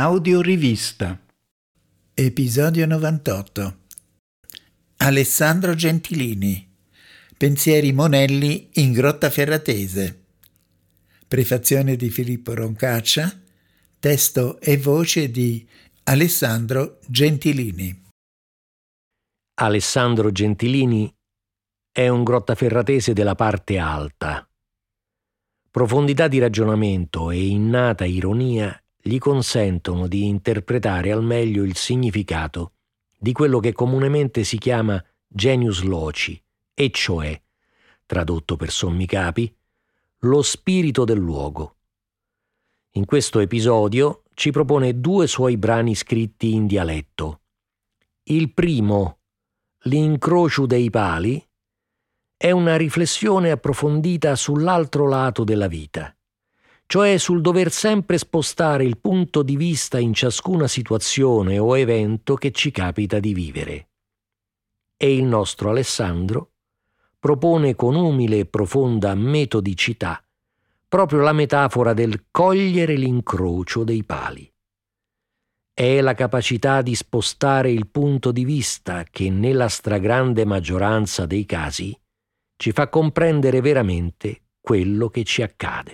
Audiorivista. Episodio 98. Alessandro Gentilini. Pensieri Monelli in Grottaferratese. Prefazione di Filippo Roncaccia. Testo e voce di Alessandro Gentilini. Alessandro Gentilini è un grottaferratese della parte alta. Profondità di ragionamento e innata ironia gli consentono di interpretare al meglio il significato di quello che comunemente si chiama genius loci, e cioè, tradotto per sommi capi, lo spirito del luogo. In questo episodio ci propone 2 suoi brani scritti in dialetto. Il primo, L'incrocio dei pali, è una riflessione approfondita sull'altro lato della vita, cioè sul dover sempre spostare il punto di vista in ciascuna situazione o evento che ci capita di vivere. E il nostro Alessandro propone con umile e profonda metodicità proprio la metafora del cogliere l'incrocio dei pali. È la capacità di spostare il punto di vista che nella stragrande maggioranza dei casi ci fa comprendere veramente quello che ci accade.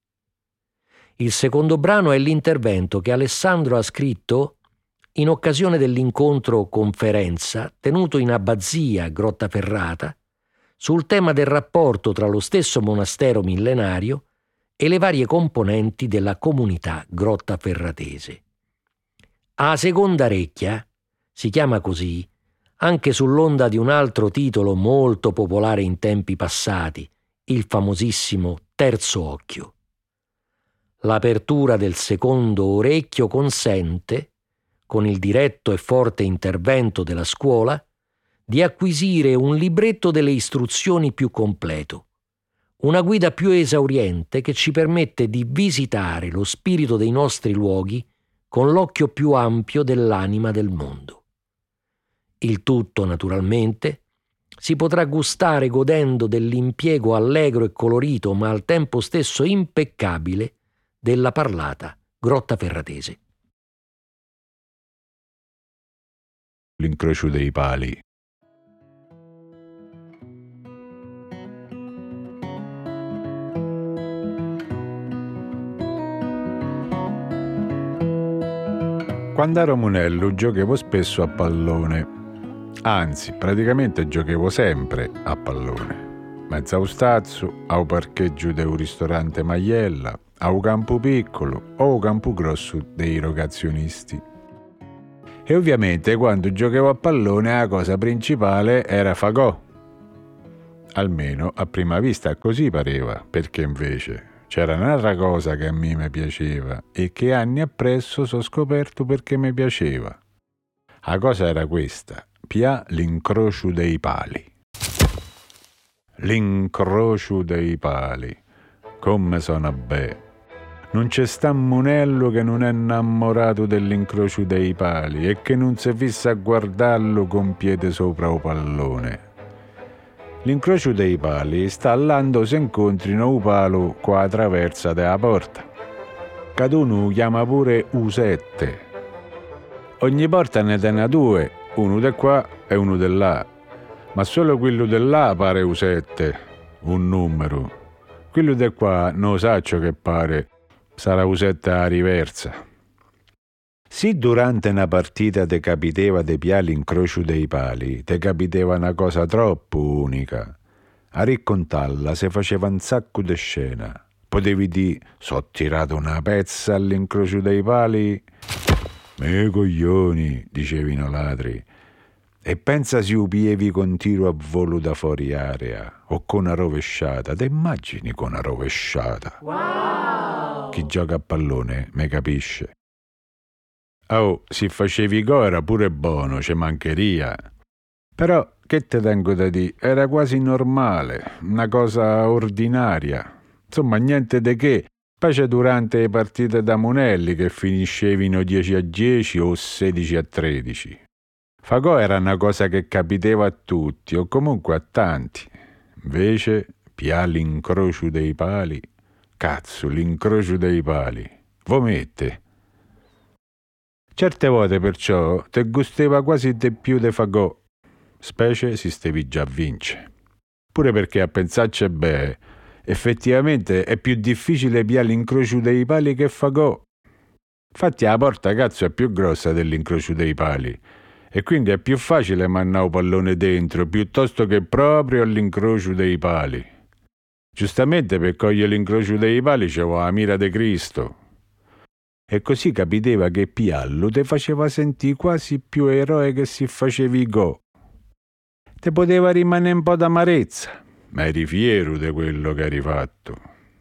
Il secondo brano è l'intervento che Alessandro ha scritto in occasione dell'incontro conferenza tenuto in abbazia Grottaferrata sul tema del rapporto tra lo stesso monastero millenario e le varie componenti della comunità grottaferratese. A seconda recchia, si chiama così, anche sull'onda di un altro titolo molto popolare in tempi passati, il famosissimo Terzo Occhio. L'apertura del secondo orecchio consente, con il diretto e forte intervento della scuola, di acquisire un libretto delle istruzioni più completo, una guida più esauriente che ci permette di visitare lo spirito dei nostri luoghi con l'occhio più ampio dell'anima del mondo. Il tutto, naturalmente, si potrà gustare godendo dell'impiego allegro e colorito, ma al tempo stesso impeccabile, della parlata grottaferratese. L'incrocio dei pali. Quando ero monello giocavo spesso a pallone, anzi praticamente giochevo sempre a pallone. Mezzo stazzo, a parcheggio di un ristorante Maiella, a un campo piccolo o un campo grosso dei rogazionisti. E ovviamente quando giocavo a pallone la cosa principale era fagò. Almeno a prima vista così pareva, perché invece c'era un'altra cosa che a me mi piaceva e che anni appresso so scoperto perché mi piaceva. La cosa era questa, pia l'incrocio dei pali. L'incrocio dei pali, come sono bene. Non c'è sta monello che non è innamorato dell'incrocio dei pali e che non si fissa a guardarlo con piede sopra o pallone. L'incrocio dei pali sta all'ando se incontrino un palo qua a traversa della porta. Caduno chiama pure U7. Ogni porta ne tiene 2, uno di qua e uno di là. Ma solo quello di là pare U7, un numero. Quello di qua non saccio che pare, sarà U7 a riversa. Se durante una partita te capiteva de pià l'incrocio dei pali, te capiteva una cosa troppo unica. A raccontarla se faceva un sacco di scena. Potevi dire, so tirato una pezza all'incrocio dei pali? Me coglioni, dicevano ladri. E pensa se upievi con tiro a volo da fuori area o con una rovesciata. Te immagini con una rovesciata? Wow! Chi gioca a pallone me capisce. Oh, se facevi go era pure buono, ci mancheria. Però, che te tengo da dire, era quasi normale, una cosa ordinaria. Insomma, niente di che, specie durante le partite da Monelli che finiscevano 10-10 o 16-13. Fagò era una cosa che capiteva a tutti, o comunque a tanti. Invece, pia l'incrocio dei pali. Cazzo, l'incrocio dei pali. Vomette. Certe volte perciò te gusteva quasi de più de fagò, specie si stevi già a vince. Pure perché a pensarci bene, effettivamente è più difficile piare l'incrocio dei pali che fagò. Infatti la porta cazzo è più grossa dell'incrocio dei pali e quindi è più facile mannare un pallone dentro piuttosto che proprio all'incrocio dei pali. Giustamente per cogliere l'incrocio dei pali c'è la mira de Cristo. E così capiteva che piallo te faceva sentire quasi più eroe che si facevi go. Te poteva rimanere un po' d'amarezza, ma eri fiero di quello che eri fatto.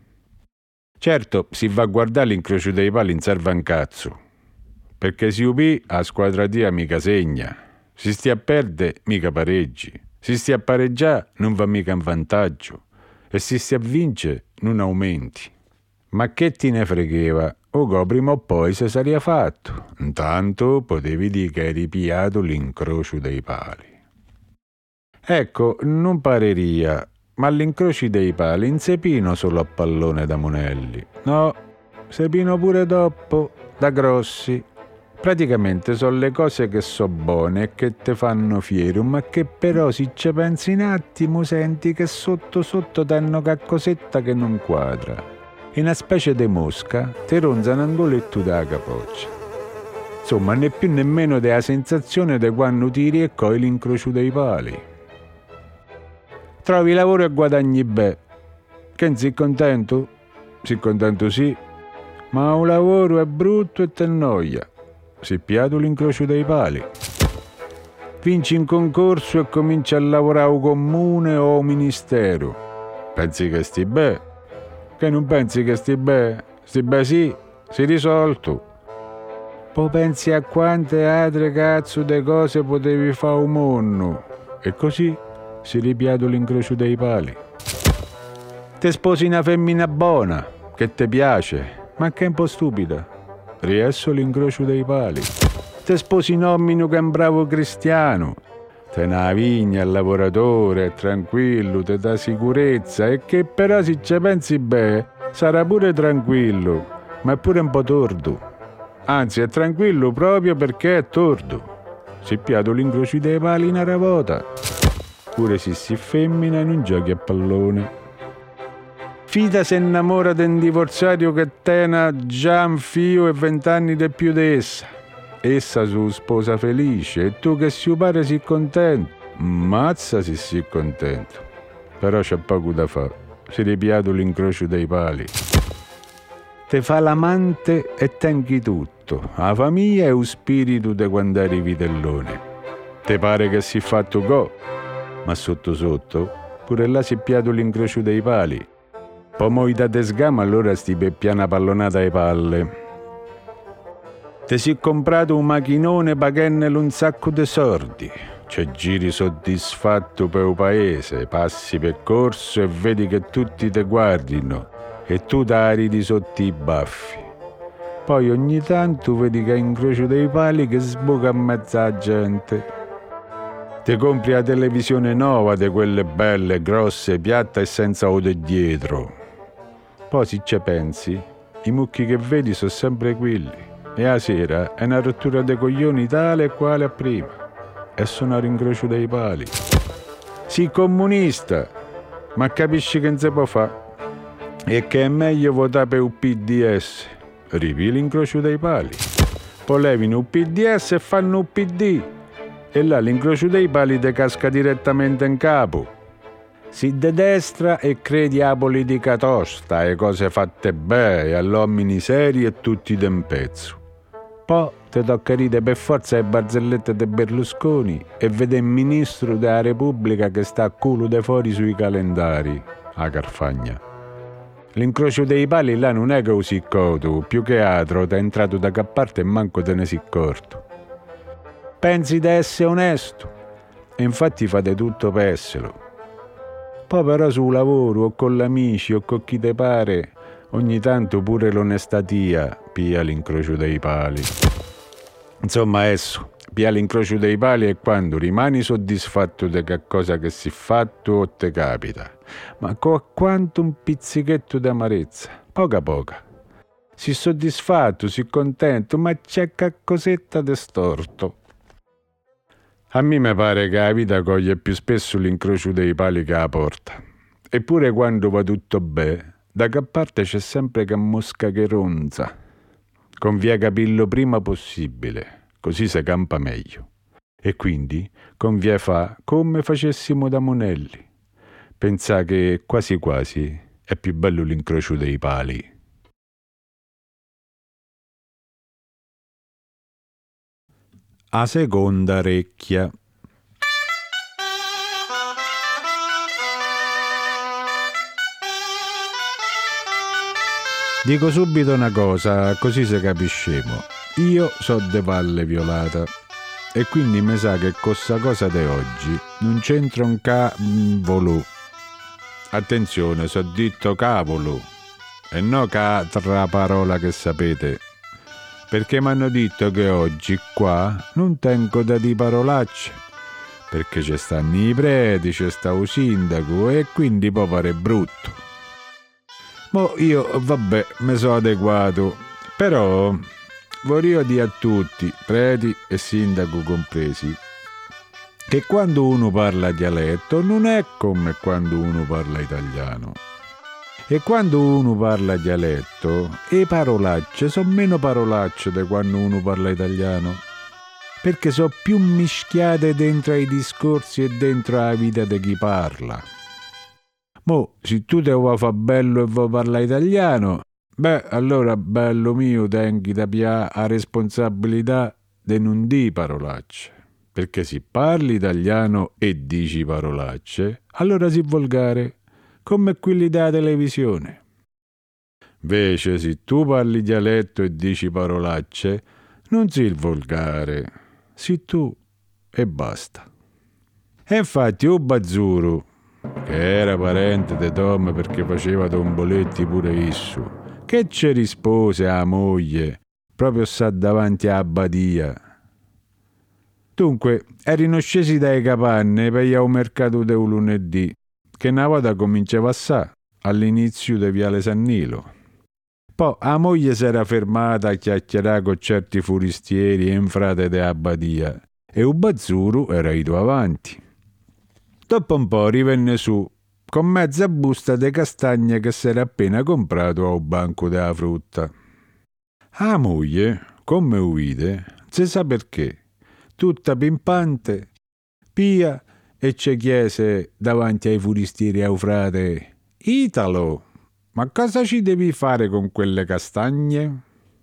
Certo, si va a guardare l'incrocio dei pali in serva un cazzo, perché si upì a squadra tia mica segna, si stia a perdere mica pareggi, si stia a pareggiare non va mica in vantaggio e si stia a vince non aumenti. Ma che ti ne fregava? O prima o poi si sarebbe fatto, intanto potevi dire che eri piato l'incrocio dei pali. Ecco, non pareria, ma all'incroci dei pali non si pino solo a pallone da Monelli, no, si pino pure dopo, da grossi. Praticamente sono le cose che so buone e che te fanno fiero, ma che però se ci pensi un attimo senti che sotto sotto t'hanno qualcosetta che non quadra. In una specie di mosca te ronza un angoletto da capoccia. Insomma, né più nemmeno della sensazione di quando tiri e coi l'incrocio dei pali. Trovi lavoro e guadagni bene. Che non sei contento? Sei contento sì, ma un lavoro è brutto e te noia. Sei piato l'incrocio dei pali. Vinci in concorso e cominci a lavorare al comune o al ministero. Pensi che stai bene? Che non pensi che stai bene? Stai bene sì, sei risolto. Poi pensi a quante altre cazzo di cose potevi fare un monno. E così si ripiato l'incrocio dei pali. Te sposi una femmina buona, che ti piace, ma che è un po' stupida. Riesso l'incrocio dei pali. Te sposi nomino che è un bravo cristiano. Te una vigna, il lavoratore, è tranquillo, te dà sicurezza e che però se ci pensi bene sarà pure tranquillo, ma è pure un po' tordo. Anzi è tranquillo proprio perché è tordo. Si piato l'incrocio dei pali in aravota. Pure se si femmina non giochi a pallone. Fida si innamora di un divorziario che tena già un figlio e 20 anni di più di essa. Essa su sposa felice e tu che si pare si contento. Mazza se si contento. Però c'è poco da fare. Si ripiato l'incrocio dei pali. Te fa l'amante e tenchi tutto. La famiglia e lo spirito di quando eri vitellone. Te pare che si fatto go. Ma sotto sotto pure là si piato l'incrocio dei pali. Poi moi da te sgama allora sti per piana pallonata ai palle. Ti si comprato un macchinone pagennelo un sacco di soldi. C'è giri soddisfatto per il paese, passi per corso e vedi che tutti te guardino e tu t'aridi sotto i baffi. Poi ogni tanto vedi che incrocio dei pali che sbuca a mezza gente. Ti compri la televisione nuova di quelle belle, grosse, piatta e senza ode dietro. Poi se ci pensi, i mucchi che vedi sono sempre quelli. E a sera è una rottura dei coglioni tale e quale a prima. E sono a rincrocio dei pali. Sii comunista, ma capisci che non si può fare. E che è meglio votare per il PDS. Ripi l'incrocio dei pali. Poi levino il PDS e fanno il PD. E là l'incrocio dei pali te casca direttamente in capo. Si de destra e credi a politica tosta, e cose fatte bene, all'uomini seri e tutti d'un pezzo. Poi ti tocca ridere per forza le barzellette di Berlusconi e vede il ministro della Repubblica che sta a culo de fuori sui calendari, a Carfagna. L'incrocio dei pali là non è così coto, più che altro t'è entrato da che parte e manco te ne si accorto. Pensi di essere onesto e infatti fate tutto per esserlo. Poi però sul lavoro o con gli amici o con chi te pare, ogni tanto pure l'onestatia pia l'incrocio dei pali. Insomma, esso, pia l'incrocio dei pali è quando rimani soddisfatto di che cosa che si fatto o te capita, ma con quanto un pizzichetto d'amarezza, poca poca. si soddisfatto, si contento, ma c'è qualcosetta di storto. A me mi pare che la vita coglie più spesso l'incrocio dei pali che la porta. Eppure quando va tutto bene, da che parte c'è sempre che mosca che ronza. Conviene capirlo prima possibile, così si campa meglio. E quindi conviene fa come facessimo da monelli. Pensa che quasi quasi è più bello l'incrocio dei pali. A seconda orecchia. Dico subito una cosa, così se capiscemo. Io so de Valle Violata e quindi mi sa che questa cosa di oggi non c'entra un cavolo. Attenzione, so detto cavolo e no c'altra parola che sapete. Perché mi hanno detto che oggi qua non tengo da di parolacce, perché c'è stanno i preti, c'è sta un sindaco e quindi può fare brutto. Mo io, vabbè, mi sono adeguato, però vorrei dire a tutti, preti e sindaco compresi, che quando uno parla dialetto non è come quando uno parla italiano. E quando uno parla dialetto, le parolacce sono meno parolacce di quando uno parla italiano, perché sono più mischiate dentro ai discorsi e dentro la vita di chi parla. Mo, se tu te vuoi fa bello e vuoi parlare italiano, beh, allora, bello mio, tengi da pià la responsabilità di non dire parolacce. Perché se parli italiano e dici parolacce, allora sei volgare, come quelli della televisione. Invece, se tu parli dialetto e dici parolacce, non sei il volgare, sei tu e basta. E infatti, Bazzuru, che era parente di Tom perché faceva tomboletti pure esso, che ci rispose a moglie, proprio sta davanti a Badia. Dunque, erano scesi dai capanne per il mercato del lunedì, che una volta cominciava all'inizio di Viale Sannilo. Poi la moglie si era fermata a chiacchierare con certi furistieri e frate di Abbadia e Bazzuru era ido avanti. Dopo un po' rivenne su con mezza busta di castagne che si era appena comprato a un banco della frutta. La moglie, come uide, si sa perché, tutta pimpante, pia e ci chiese davanti ai furistieri e ai frate: «Italo, ma cosa ci devi fare con quelle castagne?»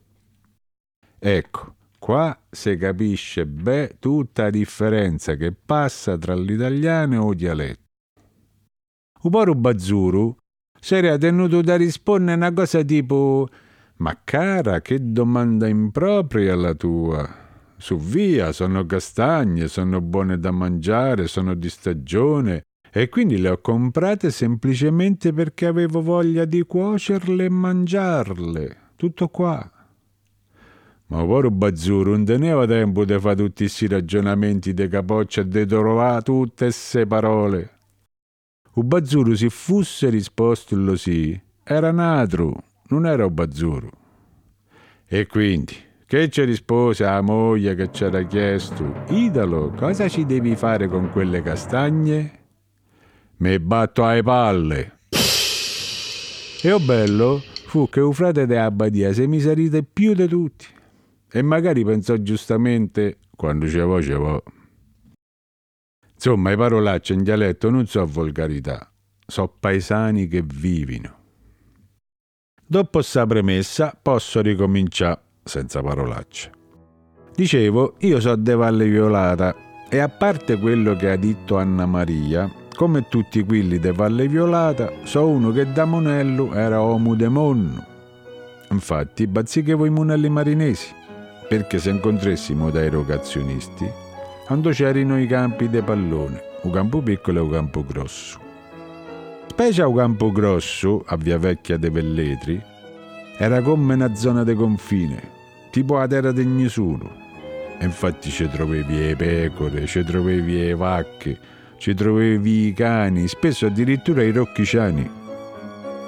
Ecco, qua si capisce bene tutta la differenza che passa tra l'italiano e il dialetto. Un po' Bazzuru si era tenuto da rispondere una cosa tipo: «Ma cara, che domanda impropria la tua! Su via, sono castagne, sono buone da mangiare, sono di stagione e quindi le ho comprate semplicemente perché avevo voglia di cuocerle e mangiarle. Tutto qua». Ma povero Bazzuru non teneva tempo di fare tutti questi ragionamenti di capoccia e di trovare tutte queste parole. Bazzuru, se fosse risposto lo sì, era natro, non era Bazzuru. E quindi, che ci rispose la moglie che c'era chiesto: «Idalo, cosa ci devi fare con quelle castagne?» «Me batto alle palle». E bello fu che un frate di Abbadia si mise a ridere più di tutti. E magari pensò giustamente: quando ce vo. Insomma, i parolacce in dialetto non so volgarità, so paesani che vivono. Dopo sta premessa posso ricominciare senza parolacce. Dicevo, io so de Valle Violata e a parte quello che ha detto Anna Maria, come tutti quelli de Valle Violata, so uno che da Monello era uomo de monno. Infatti, bazziche voi monelli marinesi, perché se incontressimo dai erogazionisti, quando c'erano i campi de pallone, un campo piccolo e un campo grosso. Specie un campo grosso, a Via Vecchia de Velletri, era come una zona de confine, tipo la terra di nessuno. E infatti ci trovevi le pecore, ci trovevi le vacche, ci trovevi i cani, spesso addirittura i rocchiciani.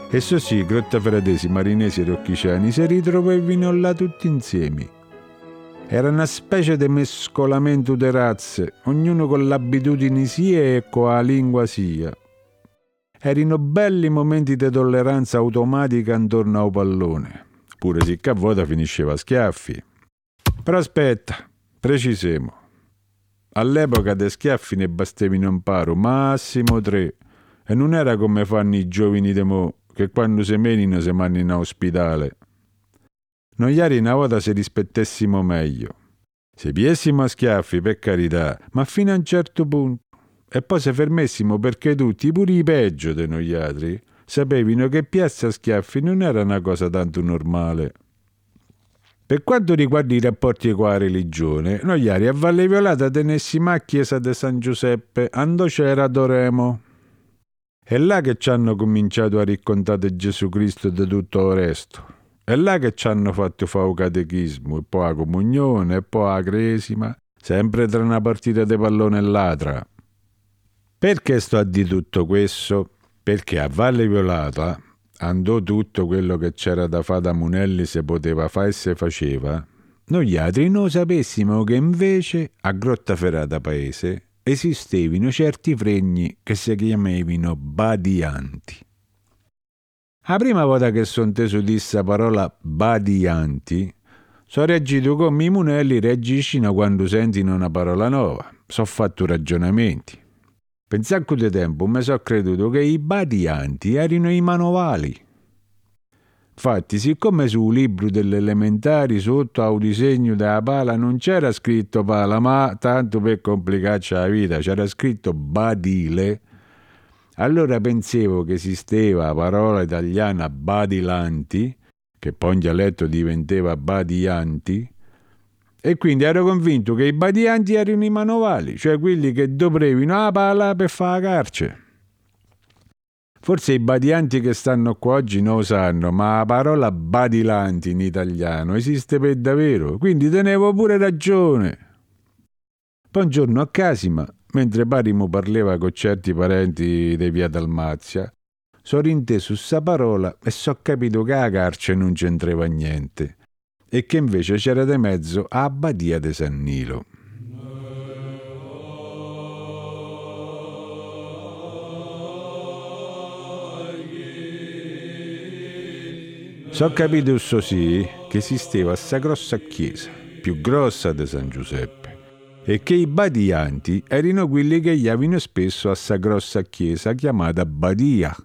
Esso sì, Grotta Ferratesi, Marinesi e Rocchiciani si ritrovavano là tutti insieme. Era una specie di mescolamento di razze, ognuno con l'abitudine sia e con la lingua sia. Erano belli momenti di tolleranza automatica intorno al pallone, pure se a volta finisceva a schiaffi. Però aspetta, precisiamo. All'epoca dei schiaffi ne bastavano un paro, massimo 3, e non era come fanno i giovani di mo', che quando si menino si mandano in ospedale. Noi ieri una volta se rispettessimo meglio. Se piessimo a schiaffi, per carità, ma fino a un certo punto. E poi se fermessimo perché tutti, pure i peggio di noi altri, sapevano che piazza a schiaffi non era una cosa tanto normale. Per quanto riguarda i rapporti con la religione, noi ieri a Valle Violata tenessimo a chiesa di San Giuseppe, ando c'era Doremo. È là che ci hanno cominciato a raccontare Gesù Cristo e di tutto il resto. È là che ci hanno fatto fare il catechismo, e poi la comunione, e poi la cresima, sempre tra una partita di pallone e l'altra. Perché sto a dire tutto questo? Perché a Valle Violata andò tutto quello che c'era da fare da Munelli se poteva fare e se faceva. Noi altri non sapessimo che invece a Grotta Ferrata Paese esistevano certi fregni che si chiamavano badianti. La prima volta che sono inteso di questa parola badianti, sono reagito come i Munelli reagiscono quando sentono una parola nuova. So fatto ragionamenti. Per un sacco di tempo mi sono creduto che i badianti erano i manovali. Infatti, siccome sul libro delle elementari sotto al disegno della pala non c'era scritto pala, ma tanto per complicarci la vita c'era scritto badile, allora pensavo che esisteva la parola italiana badilanti, che poi in dialetto diventava badianti, e quindi ero convinto che i badianti erano i manovali, cioè quelli che dovevano la pala per fare la carce. Forse i badianti che stanno qua oggi non lo sanno, ma la parola badilanti in italiano esiste per davvero, quindi tenevo pure ragione. Poi un giorno a Casima, mentre Parimo parleva con certi parenti di via Dalmazia, so rinteso sta parola e so capito che la carce non c'entrava niente e che invece c'era di mezzo a Badia di San Nilo. So capito sì che esisteva sta grossa chiesa, più grossa di San Giuseppe, e che i badianti erano quelli che avevano spesso a sta grossa chiesa chiamata Badia.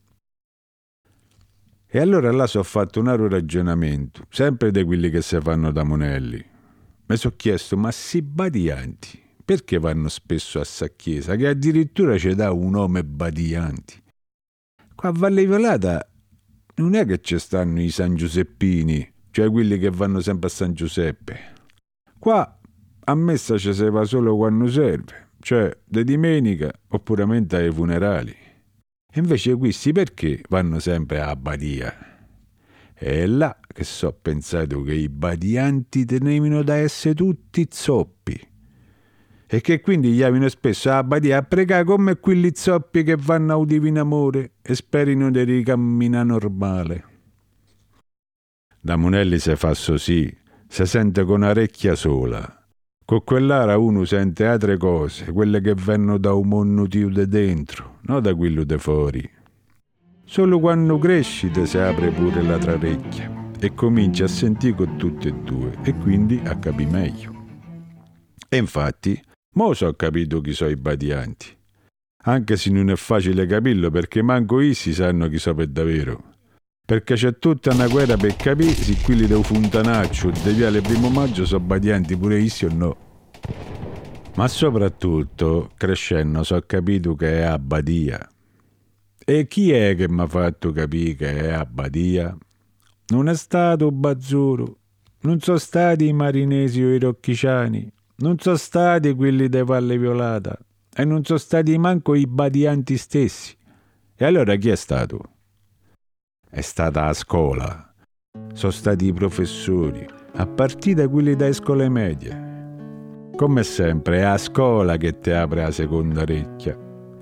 E allora là so fatto un altro ragionamento, sempre di quelli che si fanno da Monelli. Mi sono chiesto, ma si badianti, perché vanno spesso a sta chiesa, che addirittura ci dà un nome badianti? Qua a Valle Violata non è che ci stanno i San Giuseppini, cioè quelli che vanno sempre a San Giuseppe. Qua a messa ci si va solo quando serve, cioè di domenica oppure ai funerali. E invece questi perché vanno sempre a Badia? È là che so pensato che i badianti tenevano da essere tutti zoppi e che quindi gli avevano spesso a Badia a pregare come quelli zoppi che vanno a Divino Amore e sperino di ricamminare normale. Da Munelli se fa così, si sente con orecchia sola. Con quell'ara uno sente altre cose, quelle che vengono da un mondo di dentro, non da quello di fuori. Solo quando cresci ti si apre pure l'altra orecchia e cominci a sentire con tutte e due e quindi a capire meglio. E infatti, mo so capito chi sono i badianti. Anche se non è facile capirlo perché manco essi sanno chi so per davvero. Perché c'è tutta una guerra per capire se quelli del Fontanaccio e di Viale Primo Maggio sono badianti pure essi o no. Ma soprattutto, crescendo, so capito che è a Badia. E chi è che mi ha fatto capire che è a Badia? Non è stato Bazzuro, non sono stati i Marinesi o i Rocchiciani, non sono stati quelli di Valle Violata e non sono stati manco i badianti stessi. E allora chi è stato? È stata la scuola, sono stati i professori, a partire da quelli da scuole medie. Come sempre è la scuola che ti apre la seconda orecchia.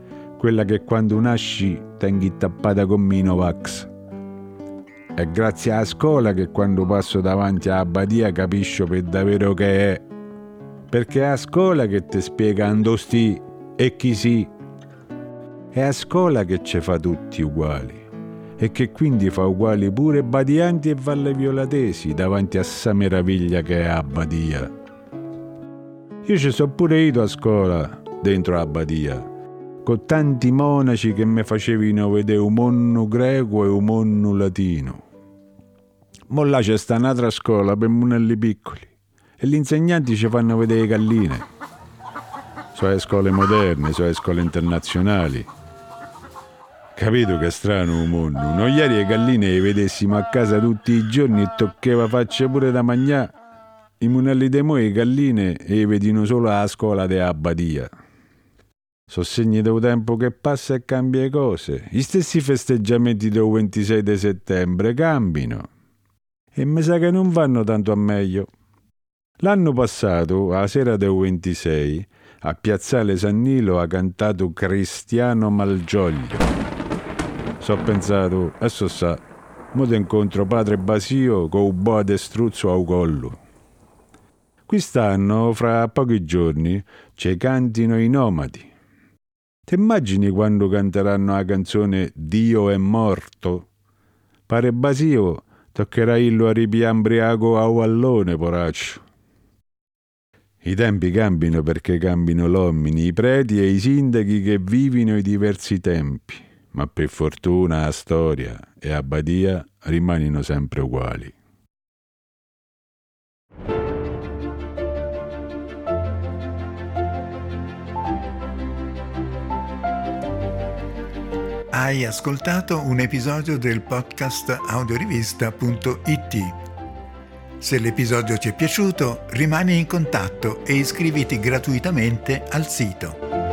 quella che quando nasci tengi tappata con Minovax. È grazie alla scuola che quando passo davanti alla Badia capisco per davvero che è. Perché è a scuola che ti spiega dove sti e chi si. È a scuola che ci fa tutti uguali. E che quindi fa uguali pure Badianti e Valle Violatesi davanti a sta meraviglia che è a Badia. Io ci sono pure io a scuola, dentro la Badia, con tanti monaci che mi facevano vedere un monno greco e un monno latino. Mo là c'è sta un'altra scuola per monelli piccoli e gli insegnanti ci fanno vedere le galline. Sono le scuole moderne, sono le scuole internazionali. Capito che strano un mondo. Non ieri le galline le vedessimo a casa tutti i giorni e toccava facce pure da mangiare. I monelli dei mo e le galline le vedino solo alla scuola della Badia. Sono segni del tempo che passa e cambia le cose. Gli stessi festeggiamenti del 26 di settembre cambino. E mi sa che non vanno tanto a meglio. L'anno passato, alla sera del 26, a Piazzale San Nilo ha cantato Cristiano Malgioglio. So pensato, adesso sa, mo te incontro padre Basio con un boa de struzzo al collo. Quest'anno, fra pochi giorni, ci cantino i Nomadi. Ti immagini quando canteranno la canzone Dio è morto? Pare Basio toccherà illo a ripiambriaco a Wallone, poraccio. I tempi cambino perché cambino l'uomini, i preti e i sindaci che vivono i diversi tempi. Ma per fortuna la storia e la Badia rimangono sempre uguali. Hai ascoltato un episodio del podcast audiorivista.it. Se l'episodio ti è piaciuto, rimani in contatto e iscriviti gratuitamente al sito.